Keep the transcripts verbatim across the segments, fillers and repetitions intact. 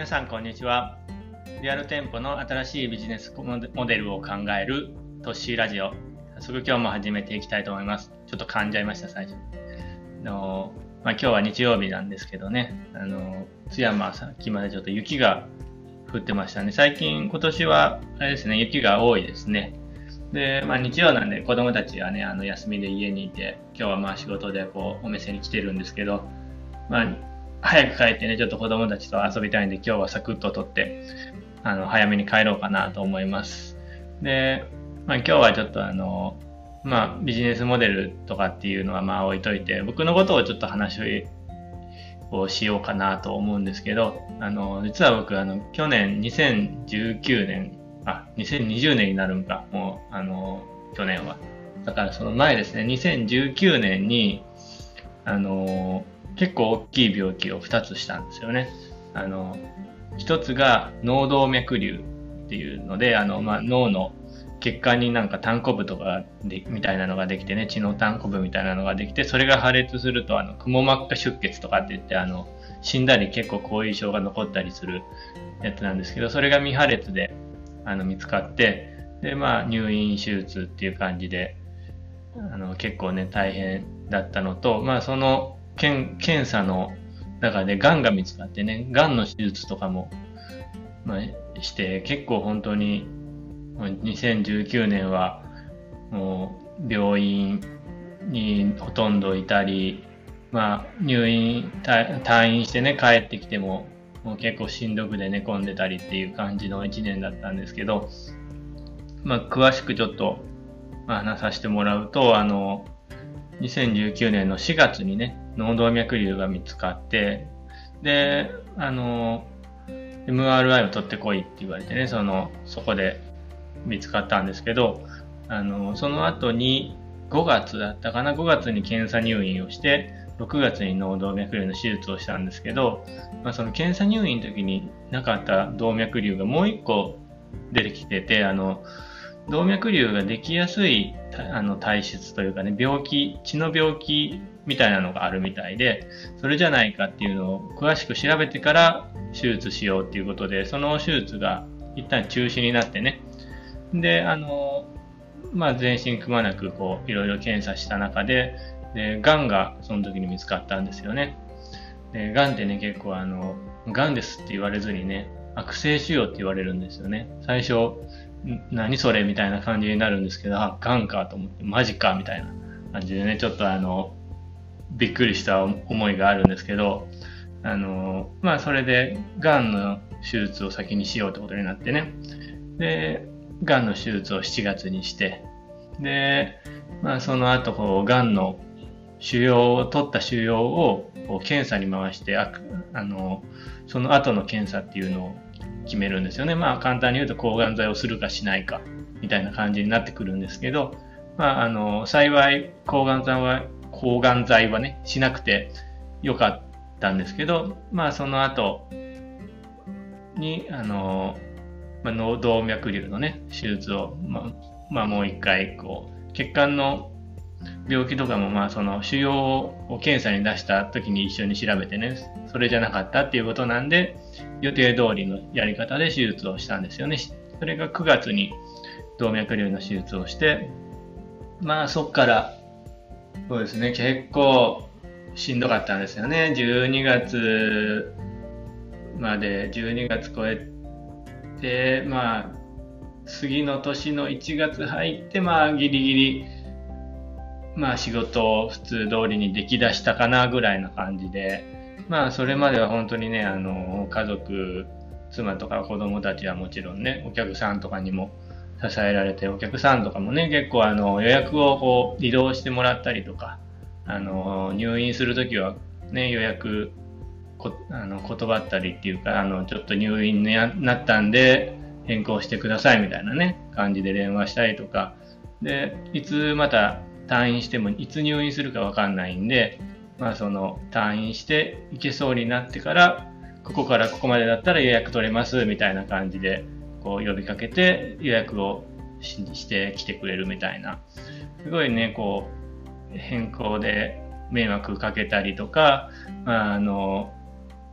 皆さんこんにちは。リアル店舗の新しいビジネスモデルを考えるトッシーラジオ。早速今日も始めていきたいと思います。ちょっと噛んじゃいました最初。あのまあ、今日は日曜日なんですけどね、あの津山さっきまでちょっと雪が降ってましたね。最近今年はあれですね、雪が多いですね。で、まあ、日曜なんで子供たちはね、あの休みで家にいて、今日はまあ仕事でこうお店に来てるんですけど、まあ早く帰ってね、ちょっと子供たちと遊びたいんで、今日はサクッと撮って、あの、早めに帰ろうかなと思います。で、まあ今日はちょっとあの、まあビジネスモデルとかっていうのはまあ置いといて、僕のことをちょっと話をしようかなと思うんですけど、あの、実は僕あの、去年にせんじゅうきゅうねん、あ、にせんにじゅうねんになるんか、もう、あの、去年は。だからその前ですね、にせんじゅうきゅうねんに、あの、結構大きい病気をふたつしたんですよね。あの、ひとつが脳動脈瘤っていうので、あの、まあ、脳の血管になんか単コブとかで、みたいなのができてね、血の単コブみたいなのができて、それが破裂すると、あの、くも膜下出血とかって言って、あの、死んだり結構後遺症が残ったりするやつなんですけど、それが未破裂で、あの、見つかって、で、まあ、入院手術っていう感じで、あの、結構ね、大変だったのと、まあ、その、検, 検査の中で癌が見つかってね、癌の手術とかも、まあ、して結構本当ににせんじゅうきゅうねんはもう病院にほとんどいたり、まあ、入院退院してね帰ってきても、もう結構しんどくで寝込んでたりっていう感じのいちねんだったんですけど、まあ、詳しくちょっと話させてもらうと、あのにせんじゅうきゅうねんのしがつにね、脳動脈瘤が見つかって、で、あの、エムアールアイ を取ってこいって言われてね、その、そこで見つかったんですけど、あの、その後にごがつだったかな、ごがつに検査入院をして、ろくがつに脳動脈瘤の手術をしたんですけど、まあ、その検査入院の時になかった動脈瘤がもう一個出てきてて、あの、動脈瘤ができやすいあの体質というかね、病気、血の病気みたいなのがあるみたいで、それじゃないかっていうのを詳しく調べてから手術しようっていうことで、その手術が一旦中止になってね。で、あの、まあ、全身くまなくこう、いろいろ検査した中で、で、癌がその時に見つかったんですよね。で、癌ってね、結構あの、癌ですって言われずにね、悪性腫瘍って言われるんですよね。最初、何それみたいな感じになるんですけど、あ、癌かと思って、マジかみたいな感じでね、ちょっとあの、びっくりした思いがあるんですけど、あの、まあそれで、癌の手術を先にしようってことになってね。で、癌の手術をしちがつにして、で、まあその後、こう、癌の腫瘍を、取った腫瘍をこう検査に回して、あ、あの、その後の検査っていうのを決めるんですよね。まあ簡単に言うと抗がん剤をするかしないかみたいな感じになってくるんですけど、まああの幸い抗がん剤は抗がん剤はねしなくてよかったんですけど、まあその後にあの、まあ、脳動脈瘤のね手術をまあ、まあ、もう一回こう血管の病気とかもまあその腫瘍を検査に出した時に一緒に調べてね、それじゃなかったっていうことなんで予定通りのやり方で手術をしたんですよね。それがくがつに動脈瘤の手術をして、まあそっからそうですね、結構しんどかったんですよね。じゅうにがつまでじゅうにがつ超えて、まあ次の年のいちがつ入ってまあギリギリまあ仕事を普通通りにできだしたかなぐらいな感じで、まあそれまでは本当にね、あの、家族、妻とか子供たちはもちろんね、お客さんとかにも支えられて、お客さんとかもね、結構あの予約をこう移動してもらったりとか、あの、入院するときはね、予約こあの断ったりっていうか、あの、ちょっと入院になったんで変更してくださいみたいなね、感じで電話したりとか、で、いつまた退院してもいつ入院するかわかんないんで、まあその退院して行けそうになってから、ここからここまでだったら予約取れますみたいな感じでこう呼びかけて予約を し, して来てくれるみたいな、すごいねこう変更で迷惑かけたりとか、まあ、あの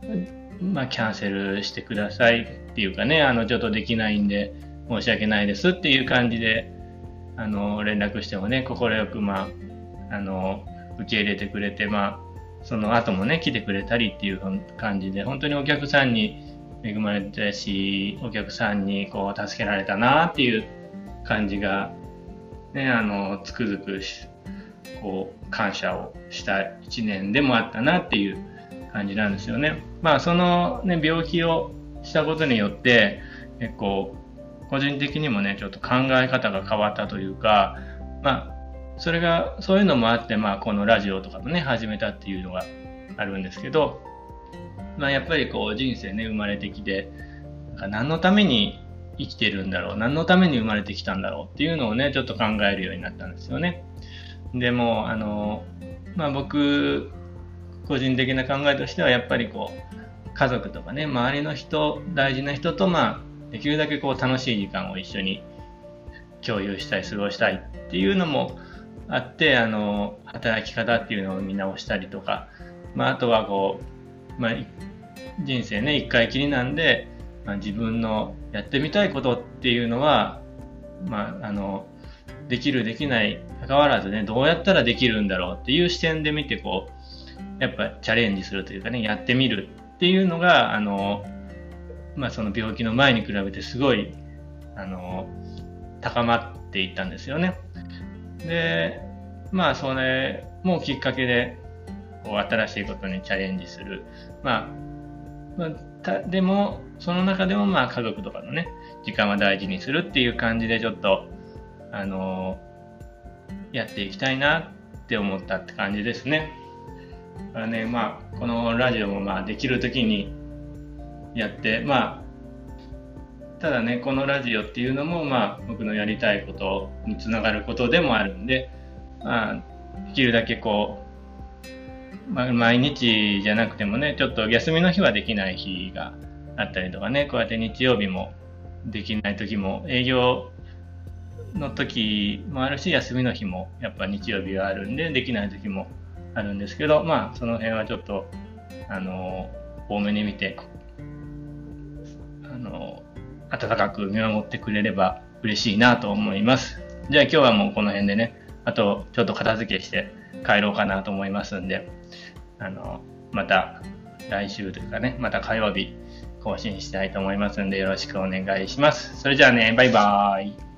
まあ、キャンセルしてくださいっていうかね、あの、ちょっとできないんで申し訳ないですっていう感じで、あの、連絡してもね、快く、まあ、あの、受け入れてくれて、まあ、その後もね、来てくれたりっていう感じで、本当にお客さんに恵まれたし、お客さんにこう、助けられたなっていう感じが、ね、あの、つくづく、こう、感謝をした一年でもあったなっていう感じなんですよね。まあ、そのね、病気をしたことによって、結構、個人的にもね、ちょっと考え方が変わったというか、まあ、それが、そういうのもあって、まあ、このラジオとかもね、始めたっていうのがあるんですけど、まあ、やっぱりこう、人生ね、生まれてきて、なんか何のために生きてるんだろう、何のために生まれてきたんだろうっていうのをね、ちょっと考えるようになったんですよね。でも、あの、まあ、僕、個人的な考えとしては、やっぱりこう、家族とかね、周りの人、大事な人と、まあ、できるだけこう、楽しい時間を一緒に共有したい、過ごしたいっていうのもあって、あの、働き方っていうのを見直したりとか、まあ、あとはこう、まあ、人生ね、一回きりなんで、まあ、自分のやってみたいことっていうのは、まあ、あの、できるできない関わらずね、どうやったらできるんだろうっていう視点で見て、こう、やっぱチャレンジするというかね、やってみるっていうのが、あの、まあ、その病気の前に比べてすごい、あの、高まっていったんですよね。で、まあ、それもきっかけで、こう、新しいことにチャレンジする。まあ、まあ、たでも、その中でも、まあ、家族とかのね、時間は大事にするっていう感じで、ちょっと、あの、やっていきたいなって思ったって感じですね。だからね、まあ、このラジオも、まあ、できるときにやって、まあ、ただね、このラジオっていうのも、まあ、僕のやりたいことにつながることでもあるんで、まあ、できるだけこう、まあ、毎日じゃなくてもね、ちょっと休みの日はできない日があったりとかね、こうやって日曜日もできない時も、営業の時もあるし、休みの日もやっぱ日曜日はあるんで、できない時もあるんですけど、まあ、その辺はちょっと、あの、多めに見て、あの、温かく見守ってくれれば嬉しいなと思います。じゃあ今日はもうこの辺でね、あとちょっと片付けして帰ろうかなと思いますんで、あの、また来週というかね、また火曜日更新したいと思いますんでよろしくお願いします。それじゃあね、バイバーイ。